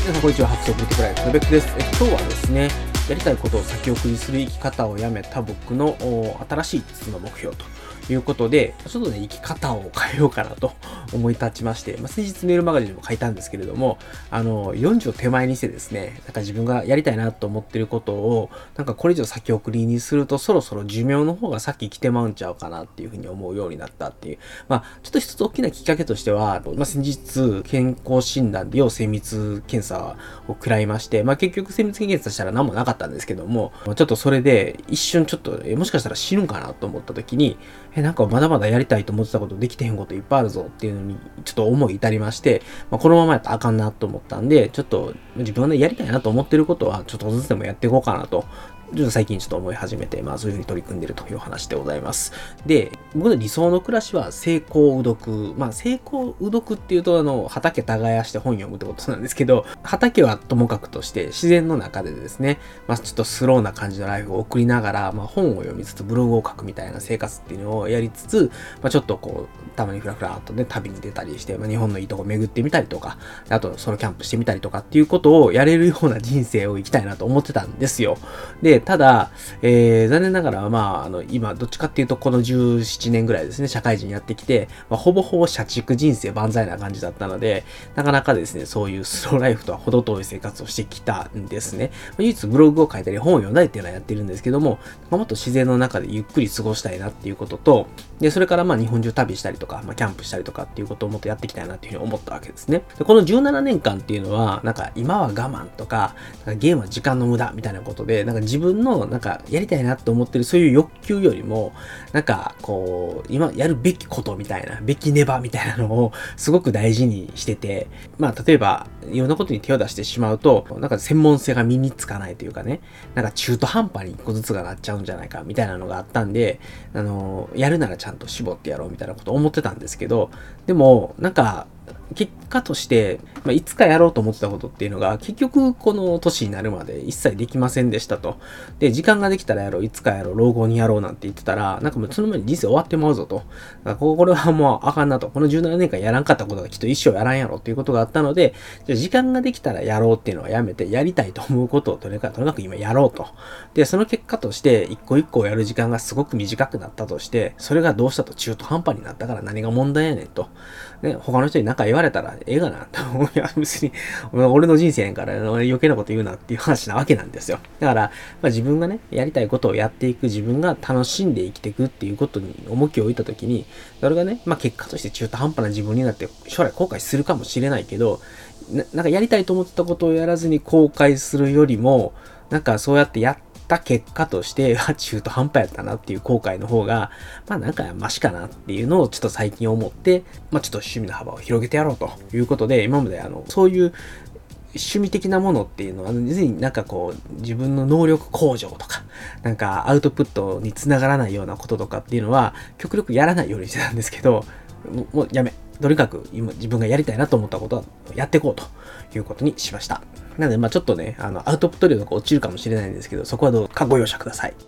皆さんこんにちは。発想ブティクライフのベックです。今日はですね、やりたいことを先送りする生き方をやめた僕の新しい5つの目標ということで、ちょっとね、生き方を変えようかなと思い立ちまして、先日メールマガジンでも書いたんですけれども、40を手前にしてですね、なんか自分がやりたいなと思っていることを、なんかこれ以上先送りにすると、そろそろ寿命の方が先来てまうんちゃうかなっていうふうに思うようになったっていう。ちょっと一つ大きなきっかけとしては、先日、健康診断で要精密検査を食らいまして、結局精密検査したら何もなかったんですけども、ちょっとそれで一瞬ちょっと、もしかしたら死ぬんかなと思った時に、なんかまだまだやりたいと思ってたことできてへんこといっぱいあるぞっていうのにちょっと思い至りまして、このままやったらあかんなと思ったんで、ちょっと自分がね、やりたいなと思ってることはちょっとずつでもやっていこうかなと。ちょっと最近ちょっと思い始めて、そういうふうに取り組んでいるという話でございます。で、僕の理想の暮らしは成功うどく。成功うどくっていうと、畑耕して本読むってことなんですけど、畑はともかくとして自然の中でですね、ちょっとスローな感じのライフを送りながら、本を読みつつブログを書くみたいな生活っていうのをやりつつ、ちょっとこう、たまにフラフラっとね、旅に出たりして、日本のいいとこ巡ってみたりとか、あとソロキャンプしてみたりとかっていうことをやれるような人生を生きたいなと思ってたんですよ。で、ただ、残念ながら、今、どっちかっていうと、この17年ぐらいですね、社会人やってきて、ほぼほぼ社畜人生万歳な感じだったので、なかなかですね、そういうスローライフとは程遠い生活をしてきたんですね。唯一ブログを書いたり本を読んだりっていうのはやってるんですけども、もっと自然の中でゆっくり過ごしたいなっていうことと、で、それから日本中旅したりとか、キャンプしたりとかっていうことをもっとやっていきたいなっていうふうに思ったわけですね。で、この17年間っていうのは、今は我慢とか、ゲームは時間の無駄みたいなことで、自分のやりたいなと思ってるそういう欲求よりも、今やるべきことみたいな、べきねばみたいなのをすごく大事にしてて、例えば、いろんなことに手を出してしまうと、専門性が身につかないというかね、中途半端に一個ずつがなっちゃうんじゃないかみたいなのがあったんで、やるならちゃんと絞ってやろうみたいなことを思ってたんですけど、でも、結果として、いつかやろうと思ってたことっていうのが、結局この年になるまで一切できませんでしたと。で、時間ができたらやろう、いつかやろう、老後にやろうなんて言ってたら、もうその前に人生終わってまうぞと。これはもうあかんなと。この17年間やらんかったことがきっと一生やらんやろっていうことがあったので、じゃあ時間ができたらやろうっていうのはやめて、やりたいと思うことをとにかく今やろうと。で、その結果として、一個一個やる時間がすごく短くなったとして、それがどうしたと中途半端になったから何が問題やねんと。ね、他の人に何か言われたらええがなと。いや、別に、俺の人生やんから余計なこと言うなっていう話なわけなんですよ。だから、自分がね、やりたいことをやっていく、自分が楽しんで生きていくっていうことに重きを置いたときに、それがね、結果として中途半端な自分になって将来後悔するかもしれないけど、やりたいと思ってたことをやらずに後悔するよりも、そうやってやった結果として、中途半端やったなっていう後悔の方が、マシかなっていうのをちょっと最近思って、ちょっと趣味の幅を広げてやろうということで、今までそういう趣味的なものっていうのは、別に自分の能力向上とか、アウトプットにつながらないようなこととかっていうのは、極力やらないようにしてたんですけど、もうやめ。とにかく今自分がやりたいなと思ったことはやっていこうということにしました。なので、ちょっとね、アウトプット量とか落ちるかもしれないんですけど、そこはどうかご容赦ください。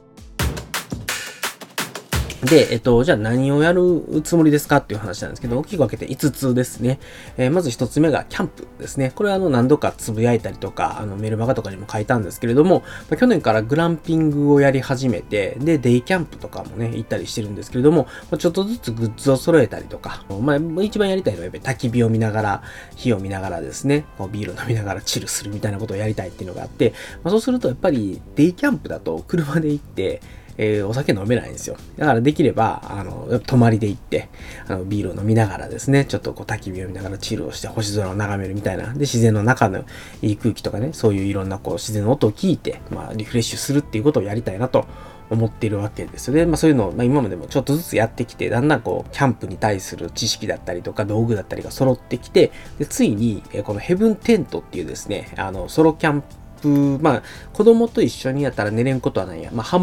で、じゃあ何をやるつもりですかっていう話なんですけど、大きく分けて5つですね。まず1つ目がキャンプですね。これは何度かつぶやいたりとか、メルマガとかにも書いたんですけれども、去年からグランピングをやり始めて、で、デイキャンプとかもね、行ったりしてるんですけれども、ちょっとずつグッズを揃えたりとか、一番やりたいのはやっぱり焚き火を見ながら、火を見ながらですね、ビール飲みながらチルするみたいなことをやりたいっていうのがあって、そうするとやっぱりデイキャンプだと車で行って、お酒飲めないんですよ。だからできれば、泊まりで行って、ビールを飲みながらですね、ちょっと焚き火を見ながらチルをして星空を眺めるみたいな。で、自然の中のいい空気とかね、そういういろんな自然の音を聞いて、リフレッシュするっていうことをやりたいなと思っているわけですよね。そういうのを、今までもちょっとずつやってきて、だんだんキャンプに対する知識だったりとか道具だったりが揃ってきて、で、ついに、このヘブンテントっていうですね、ソロキャンプ子供と一緒にやったら寝れんことはないや。ハンモッ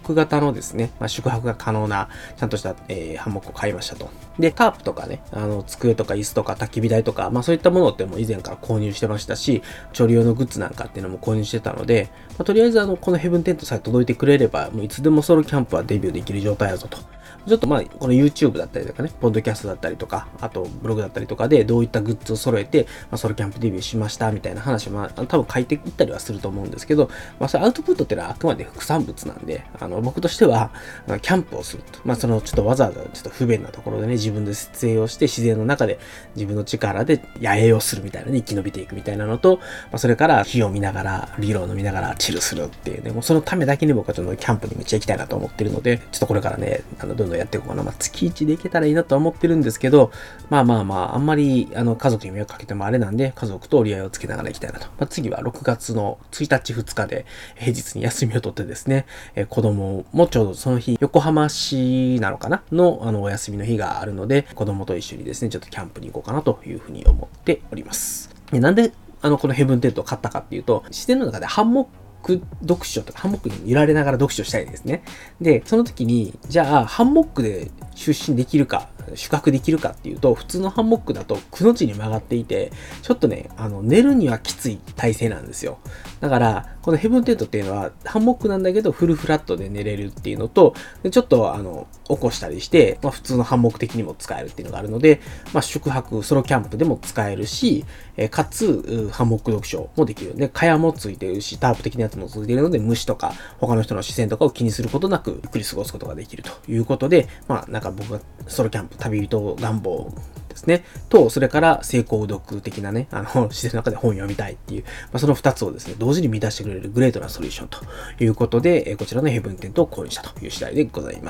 ク型のですね、宿泊が可能な、ちゃんとした、ハンモックを買いましたと。で、タープとかね、机とか椅子とか焚き火台とか、そういったものってもう以前から購入してましたし、調理用のグッズなんかっていうのも購入してたので、とりあえずこのヘブンテントさえ届いてくれれば、もういつでもソロキャンプはデビューできる状態やぞと。ちょっとこの YouTube だったりとかね、ポッドキャストだったりとか、あとブログだったりとかでどういったグッズを揃えて、ソロキャンプデビューしましたみたいな話も、多分書いていったりはすると思うんですけど、それアウトプットっていうのはあくまで副産物なんで、僕としては、キャンプをすると。ちょっとわざわざちょっと不便なところでね、自分で設営をして自然の中で自分の力で野営をするみたいなね、生き延びていくみたいなのと、それから火を見ながら、ビールを飲みながらチルするっていうね、もうそのためだけに僕はちょっとキャンプにめっちゃ行きたいなと思ってるので、ちょっとこれからね、どんどんやっていこうかな。月1で行けたらいいなとは思ってるんですけど、あんまり、家族に迷惑かけてもあれなんで、家族と折り合いをつけながら行きたいなと。次は6月の1日2日で、平日に休みを取ってですね、子供もちょうどその日、横浜市なのかなの、お休みの日があるので、子供と一緒にですね、ちょっとキャンプに行こうかなというふうに思っております。でなんで、このヘブンテントを買ったかっていうと、自然の中でハンモック読書とか、ハンモックに揺られながら読書したいですね。で、その時に、じゃあ、ハンモックで出身できるか、宿泊できるかっていうと、普通のハンモックだと、くの字に曲がっていて、ちょっとね、寝るにはきつい体勢なんですよ。だから、このヘブンテントっていうのは、ハンモックなんだけど、フルフラットで寝れるっていうのと、でちょっと、起こしたりして、普通のハンモック的にも使えるっていうのがあるので、宿泊、ソロキャンプでも使えるし、かつ、ハンモック読書もできる。で、蚊帳もついてるし、タープ的なやつもついているので、虫とか、他の人の視線とかを気にすることなく、ゆっくり過ごすことができるということで、なんか僕がソロキャンプ、旅人願望ですね。と、それから成功読的なね、自然の中で本を読みたいっていう、その2つをですね、同時に満たしてくれるグレートなソリューションということで、こちらのヘブンテントを購入したという次第でございます。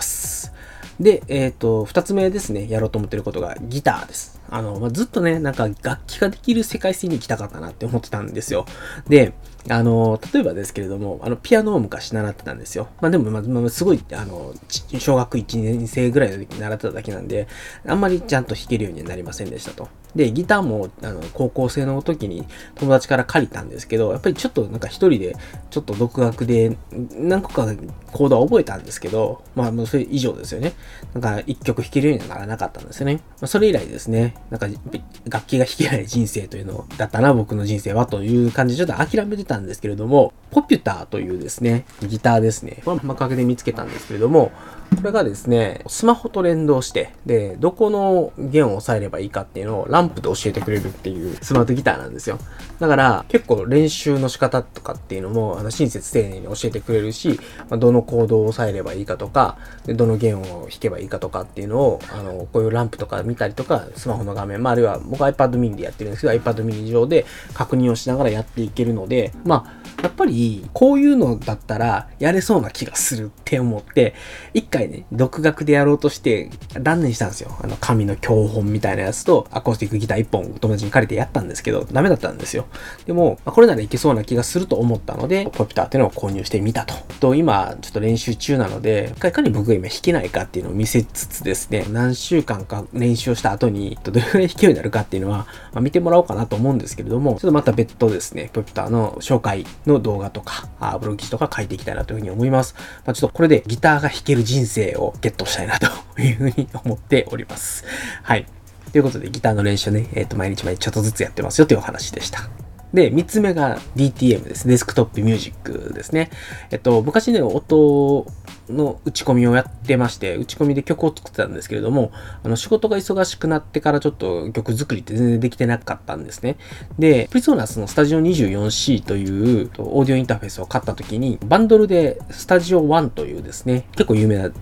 で、2つ目ですね、やろうと思っていることがギターです。ずっとね、なんか楽器ができる世界線に行きたかったなって思ってたんですよ。で、例えばですけれども、ピアノを昔習ってたんですよ。でも、すごい、小学1年生ぐらいの時に習ってただけなんで、あんまりちゃんと弾けるようになりませんでしたと。で、ギターも、高校生の時に友達から借りたんですけど、やっぱりちょっとなんか一人で、ちょっと独学で何個かコードは覚えたんですけど、もうそれ以上ですよね。なんか一曲弾けるようにはならなかったんですよね。それ以来ですね、なんか楽器が弾けない人生というのだったな、僕の人生はという感じでちょっと諦めてたんですけれども、ポピュターというですね、ギターですね。これは幕開けで見つけたんですけれども、これがですね、スマホと連動して、で、どこの弦を押さえればいいかっていうのをランプで教えてくれるっていうスマートギターなんですよ。だから、結構練習の仕方とかっていうのも、親切丁寧に教えてくれるし、どのコードを押さえればいいかとか、でどの弦を弾けばいいかとかっていうのを、こういうランプとか見たりとか、スマホの画面、あるいは僕 iPad mini でやってるんですけど、iPad mini 上で確認をしながらやっていけるので、やっぱり、こういうのだったら、やれそうな気がするって思って、一回ね、独学でやろうとして、断念したんですよ。紙の教本みたいなやつと、アコースティックギター1本友達に借りてやったんですけど、ダメだったんですよ。でも、これならいけそうな気がすると思ったので、ポピュターっていうのを購入してみたと。今、ちょっと練習中なので、いかに僕が今弾けないかっていうのを見せつつですね、何週間か練習をした後に、どれくらい弾けるようになるかっていうのは、見てもらおうかなと思うんですけれども、ちょっとまた別途ですね、ポピュターの紹介の動画とか、ブログ記事とか書いていきたいなというふうに思います。ちょっとこれでギターが弾ける人生をゲットしたいなというふうに思っております。はい。ということでギターの練習ね、毎日ちょっとずつやってますよというお話でした。で、3つ目が DTM です。デスクトップミュージックですね。昔ね、音の打ち込みをやってまして、打ち込みで曲を作ってたんですけれども、仕事が忙しくなってからちょっと曲作りって全然できてなかったんですね。で、プリソナスのスタジオ 24C というオーディオインターフェースを買った時に、バンドルでスタジオ1というですね、結構有名な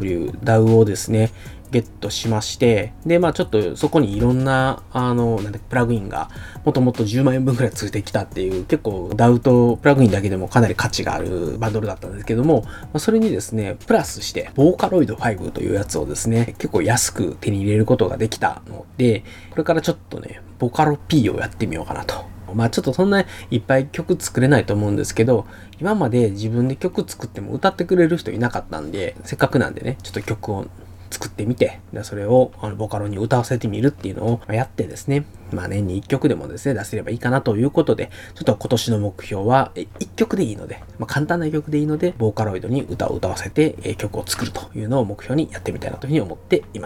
DAW をですね、ゲットしまして、で、ちょっとそこにいろんな、プラグインがもともと10万円分くらいついてきたっていう、結構ダウトプラグインだけでもかなり価値があるバンドルだったんですけども、それにですね、プラスして、ボーカロイド5というやつをですね、結構安く手に入れることができたので、これからちょっとね、ボカロ P をやってみようかなと。ちょっとそんないっぱい曲作れないと思うんですけど、今まで自分で曲作っても歌ってくれる人いなかったんで、せっかくなんでね、ちょっと曲を作ってみて、それをボカロに歌わせてみるっていうのをやってですね、年に1曲でもですね、出せればいいかなということで、ちょっと今年の目標は1曲でいいので、簡単な曲でいいので、ボーカロイドに歌を歌わせて曲を作るというのを目標にやってみたいなというふうに思っています。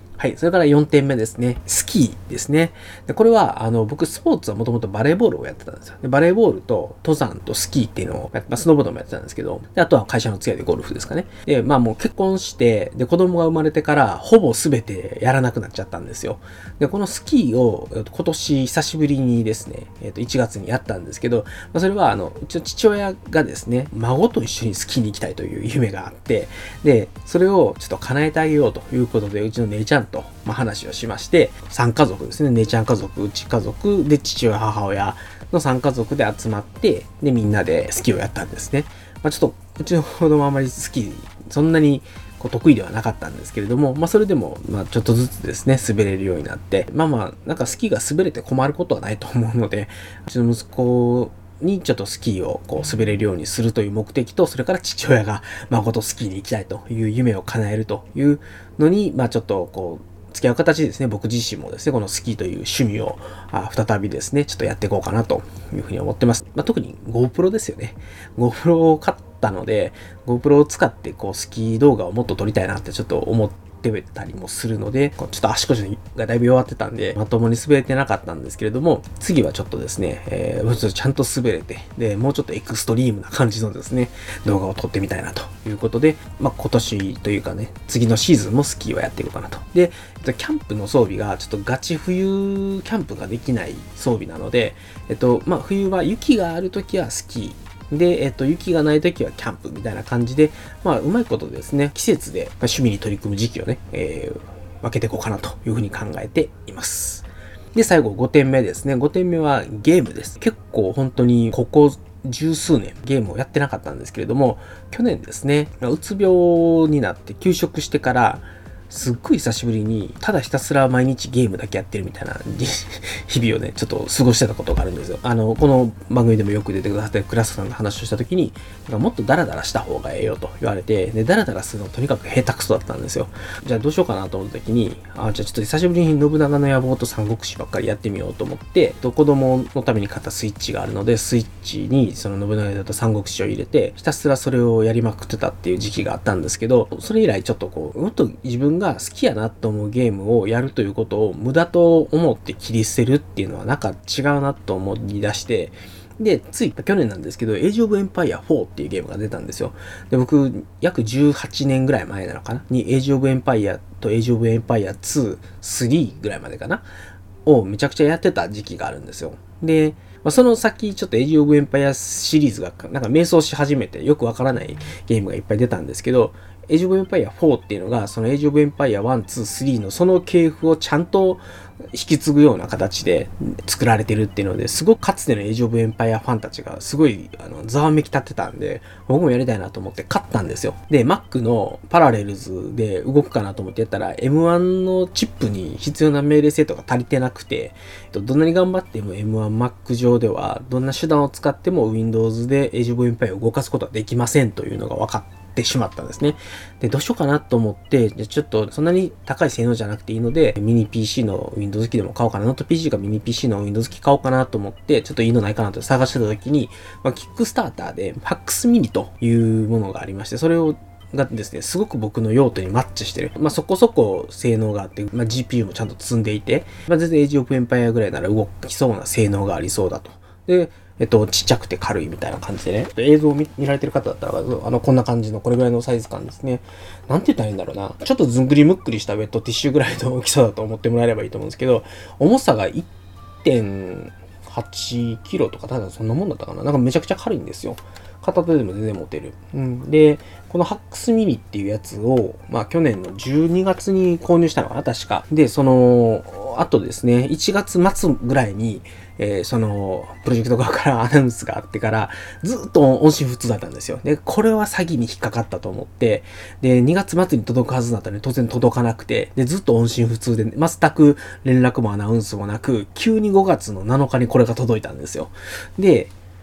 はい。それから4点目ですね。スキーですね。でこれは、僕、スポーツはもともとバレーボールをやってたんですよ。でバレーボールと登山とスキーっていうのをスノーボードもやってたんですけど、であとは会社の付き合いでゴルフですかね。で、もう結婚して、で、子供が生まれてから、ほぼ全てやらなくなっちゃったんですよ。で、このスキーを、今年久しぶりにですね、1月にやったんですけど、それは、うちの父親がですね、孫と一緒にスキーに行きたいという夢があって、で、それをちょっと叶えてあげようということで、うちの姉ちゃんと話をしまして、3家族ですね。姉ちゃん家族、うち家族、で、父親、母親の3家族で集まって、で、みんなでスキーをやったんですね。ちょっと、うちの子供あまりスキー、そんなに得意ではなかったんですけれども、それでも、ちょっとずつですね、滑れるようになって、なんかスキーが滑れて困ることはないと思うので、うちの息子にちょっとスキーを滑れるようにするという目的と、それから父親が孫とスキーに行きたいという夢を叶えるというのに、ちょっと付き合う形でですね、僕自身もですね、このスキーという趣味を再びですね、ちょっとやっていこうかなというふうに思ってます。特に GoPro ですよね。GoPro を買ったので、GoPro を使ってスキー動画をもっと撮りたいなってちょっと思ってたりもするので、ちょっと足腰がだいぶ弱ってたんで、まともに滑れてなかったんですけれども、次はちょっとですね、ちゃんと滑れて、で、もうちょっとエクストリームな感じのですね、動画を撮ってみたいなということで、今年というかね、次のシーズンもスキーはやっていこうかなと。で、キャンプの装備がちょっとガチ冬キャンプができない装備なので、冬は雪があるときはスキー、で、雪がないときはキャンプみたいな感じで、うまいことですね、季節で趣味に取り組む時期をね、分けていこうかなというふうに考えています。で、最後5点目ですね。5点目はゲームです。結構本当にここ十数年ゲームをやってなかったんですけれども、去年ですね、うつ病になって休職してから、すっごい久しぶりに、ただひたすら毎日ゲームだけやってるみたいな日々をね、ちょっと過ごしてたことがあるんですよ。この番組でもよく出てくださってるクラスさんの話をしたときに、もっとダラダラした方がええよと言われて、で、ダラダラするのとにかく下手くそだったんですよ。じゃあどうしようかなと思ったときに、じゃあちょっと久しぶりに信長の野望と三国志ばっかりやってみようと思って、子供のために買ったスイッチがあるので、スイッチにその信長と三国志を入れて、ひたすらそれをやりまくってたっていう時期があったんですけど、それ以来ちょっともっと自分が好きやなと思うゲームをやるということを無駄と思って切り捨てるっていうのはなんか違うなと思い出して、で、つい去年なんですけど、エイジオブエンパイア4っていうゲームが出たんですよ。で、僕、約18年ぐらい前なのかなに、エイジオブエンパイアとエイジオブエンパイア2、3ぐらいまでかなをめちゃくちゃやってた時期があるんですよ。で、その先、ちょっとエイジオブエンパイアシリーズがなんか迷走し始めて、よくわからないゲームがいっぱい出たんですけど、エイジオブエンパイア4っていうのが、そのエイジオブエンパイア1、2、3のその系譜をちゃんと引き継ぐような形で作られてるっていうので、すごくかつてのエイジオブエンパイアファンたちがすごいざわめき立ってたんで、僕もやりたいなと思って買ったんですよ。で、Mac のパラレルズで動くかなと思ってやったら、M1 のチップに必要な命令セットが足りてなくて、どんなに頑張っても M1Mac 上では、どんな手段を使っても Windows でエイジオブエンパイアを動かすことはできませんというのが分かってしまったんですね。で、どうしようかなと思って、ちょっとそんなに高い性能じゃなくていいので、ミニ PC の Windows 機でも買おうかな、ノート PC がミニ PC の Windows 機買おうかなと思って、ちょっといいのないかなと探してた時に、キックスターターで PAX mini というものがありまして、それがですね、すごく僕の用途にマッチしてる。そこそこ性能があって、GPU もちゃんと積んでいて、全然エイジオブエンパイアぐらいなら動きそうな性能がありそうだと。で、ちっちゃくて軽いみたいな感じでね。映像を見られてる方だったら、こんな感じの、これぐらいのサイズ感ですね。なんて言ったらいいんだろうな。ちょっとずんぐりむっくりしたウェットティッシュぐらいの大きさだと思ってもらえればいいと思うんですけど、重さが 1.8 キロとか、ただそんなもんだったかな。なんかめちゃくちゃ軽いんですよ。片手でも全然持てる。で、このPAX miniっていうやつを、去年の12月に購入したのかな、確か。で、その、あとですね、1月末ぐらいに、その、プロジェクト側からアナウンスがあってから、ずっと音信不通だったんですよ。で、これは詐欺に引っかかったと思って、で、2月末に届くはずだったのに当然届かなくて、で、ずっと音信不通で、全く連絡もアナウンスもなく、急に5月の7日にこれが届いたんですよ。で、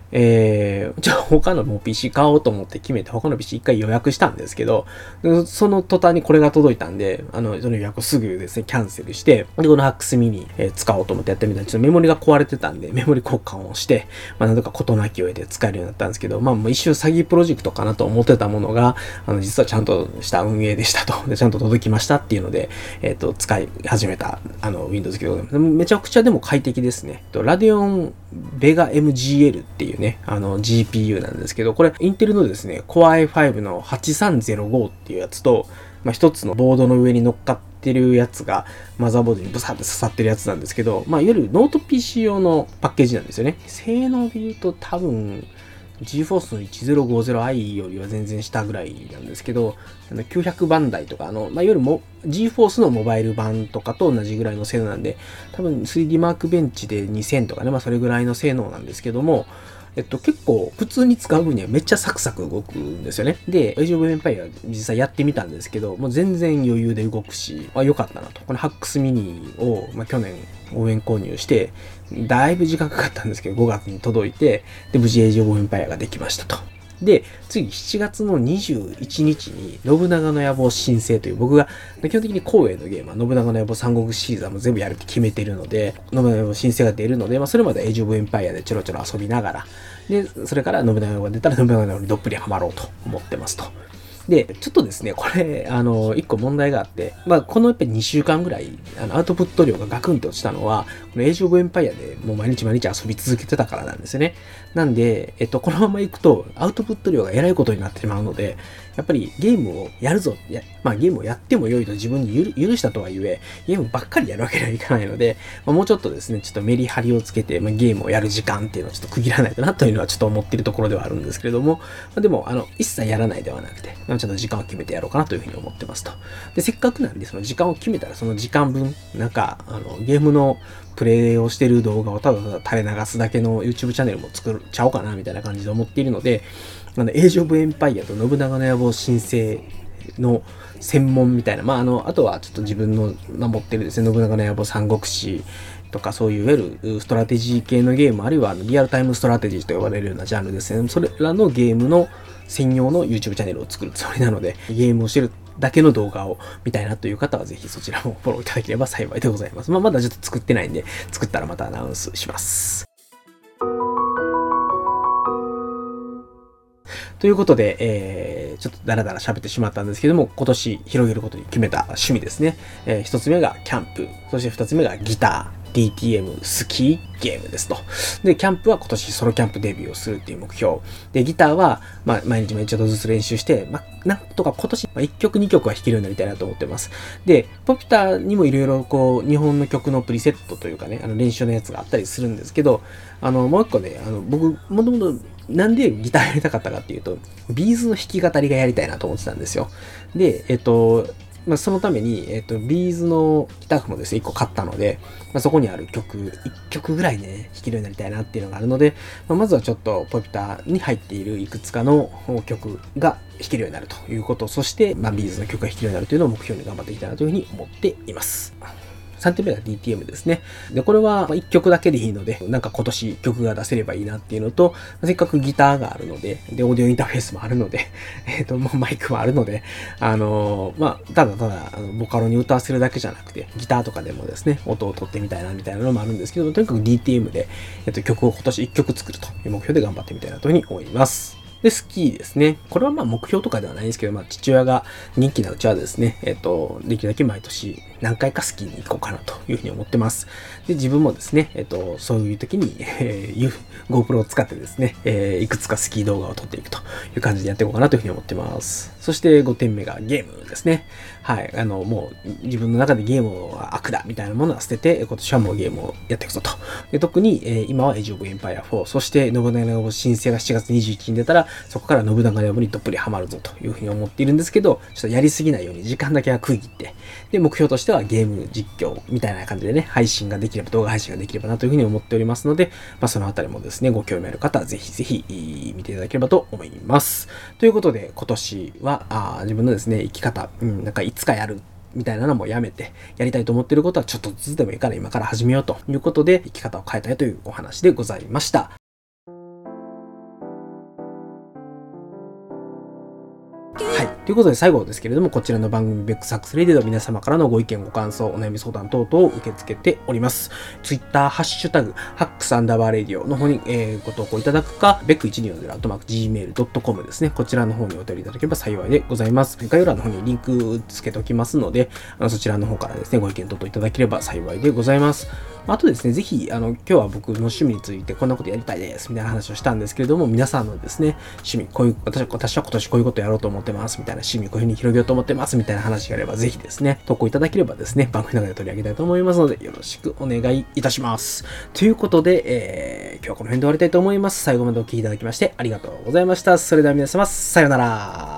じゃあ他のもう PC 買おうと思って決めて他の PC 一回予約したんですけど、その途端にこれが届いたんで、その予約をすぐですね、キャンセルして、で、この HAX mini、使おうと思ってやってみたら、ちょっとメモリが壊れてたんで、メモリ交換をして、なんとか事なきを得て使えるようになったんですけど、もう一瞬詐欺プロジェクトかなと思ってたものが、実はちゃんとした運営でしたと。で、ちゃんと届きましたっていうので、使い始めた、Windows でございます。めちゃくちゃでも快適ですね。ラディオンベガ MGL っていうね、GPU なんですけど、これ、インテルのですね、Core i5 の8305っていうやつと、一つのボードの上に乗っかってるやつが、マザーボードにブサって刺さってるやつなんですけど、いわゆるノート PC 用のパッケージなんですよね。性能で言うと多分、GeForce の 1050i よりは全然下ぐらいなんですけど、900番台とか、いわゆるGeForce のモバイル版とかと同じぐらいの性能なんで、多分 3D マークベンチで2000とかね、それぐらいの性能なんですけども、結構普通に使う分にはめっちゃサクサク動くんですよね。で、Age of Empires 実際やってみたんですけど、もう全然余裕で動くし、良かったなと。この HAX mini を、去年応援購入して、だいぶ時間かかったんですけど、5月に届いて、で、無事 Age of Empires ができましたと。で、次7月の21日に信長の野望新生という僕が基本的に光栄のゲームは信長の野望三国シリーズはもう全部やるって決めてるので、信長の野望新生が出るので、それまでは Age of Empires でちょろちょろ遊びながら、で、それから信長の野望が出たら信長の野望にどっぷりハマろうと思ってますと。で、ちょっとですね、これ、一個問題があって、このやっぱり2週間ぐらい、アウトプット量がガクンと落ちたのは、この Age of Empires でもう毎日毎日遊び続けてたからなんですよね。なんで、このまま行くと、アウトプット量がえらいことになってしまうので、やっぱりゲームをやるぞ、ゲームをやっても良いと自分に許したとはいえ、ゲームばっかりやるわけにはいかないので、もうちょっとですね、ちょっとメリハリをつけて、ゲームをやる時間っていうのをちょっと区切らないとなというのはちょっと思っているところではあるんですけれども、でも、一切やらないではなくて、ちょっと時間を決めてやろうかなというふうに思ってますと。で、せっかくなんで、その時間を決めたら、その時間分、ゲームのプレイをしてる動画をただただ垂れ流すだけの YouTube チャンネルも作っちゃおうかな、みたいな感じで思っているので、Age of Empires と信長の野望新生の専門みたいな、あとはちょっと自分の持ってるですね、信長の野望三国志とかそういういわゆるストラテジー系のゲーム、あるいはリアルタイムストラテジーと呼ばれるようなジャンルですね。それらのゲームの専用の YouTube チャンネルを作るつもりなので、ゲームをしてるだけの動画を見たいなという方はぜひそちらもフォローいただければ幸いでございます。まだちょっと作ってないんで、作ったらまたアナウンスします。ということで、ちょっとダラダラ喋ってしまったんですけども、今年広げることに決めた趣味ですね。一つ目がキャンプ、そして二つ目がギター。DTM スキーゲームですと。で、キャンプは今年ソロキャンプデビューをするっていう目標。で、ギターは、毎日ちょっとずつ練習して、なんとか今年、1曲2曲は弾けるようになりたいなと思ってます。で、ポピュターにもいろいろ日本の曲のプリセットというかね、練習のやつがあったりするんですけど、もう一個ね、僕、もともとなんでギターやりたかったかっていうと、ビーズの弾き語りがやりたいなと思ってたんですよ。で、そのために、ビーズのギター譜もですね、1個買ったので、そこにある曲、1曲ぐらいね、弾けるようになりたいなっていうのがあるので、まずはちょっとポピュターに入っているいくつかの曲が弾けるようになるということ、そして、ビーズの曲が弾けるようになるというのを目標に頑張っていきたいなというふうに思っています。3点目が DTM ですね。で、これは1曲だけでいいので、今年曲が出せればいいなっていうのと、せっかくギターがあるので、で、オーディオインターフェースもあるので、マイクもあるので、ただただ、ボカロに歌わせるだけじゃなくて、ギターとかでもですね、音を取ってみたいなみたいなのもあるんですけど、とにかく DTM で、曲を今年1曲作るという目標で頑張ってみたいなというふうに思います。で、スキーですね。これは目標とかではないんですけど、父親が人気なうちはですね、できるだけ毎年何回かスキーに行こうかなというふうに思ってます。で、自分もですね、そういう時に、GoPro を使ってですね、いくつかスキー動画を撮っていくという感じでやっていこうかなというふうに思ってます。そして5点目がゲームですね。はい。もう自分の中でゲームは悪だみたいなものは捨てて、今年はもうゲームをやっていくぞと。で、特に、今は Age of Empire 4、そして信長の野望新生が7月21日に出たら、そこから信長の野望にどっぷりハマるぞというふうに思っているんですけど、ちょっとやりすぎないように時間だけは区切って、で、目標としてはゲーム実況みたいな感じでね、配信ができれば、動画配信ができればなというふうに思っておりますので、そのあたりもですね、ご興味ある方はぜひぜひ見ていただければと思います。ということで、今年は、自分のですね、生き方、いつかやるみたいなのもやめて、やりたいと思っていることはちょっとずつでもいいから今から始めようということで、生き方を変えたいというお話でございました。 ということで最後ですけれども、こちらの番組ベックサックスレディでは皆様からのご意見、ご感想、お悩み相談等々を受け付けております。Twitter、ハッシュタグ、ハックスアンダーバーレディオの方に、ご投稿いただくか、ベック1240 gmail.com ですね。こちらの方にお便りいただければ幸いでございます。概要欄の方にリンクつけておきますので、そちらの方からですね、ご意見等々いただければ幸いでございます。あとですね、ぜひ、今日は僕の趣味についてこんなことやりたいです、みたいな話をしたんですけれども、皆さんのですね、趣味、私は今年こういうことやろうと思ってます、みたいな趣味、こういうふうに広げようと思ってます、みたいな話があれば、ぜひですね、投稿いただければですね、番組の中で取り上げたいと思いますので、よろしくお願いいたします。ということで、今日はこの辺で終わりたいと思います。最後までお聞きいただきまして、ありがとうございました。それでは皆様、さようなら。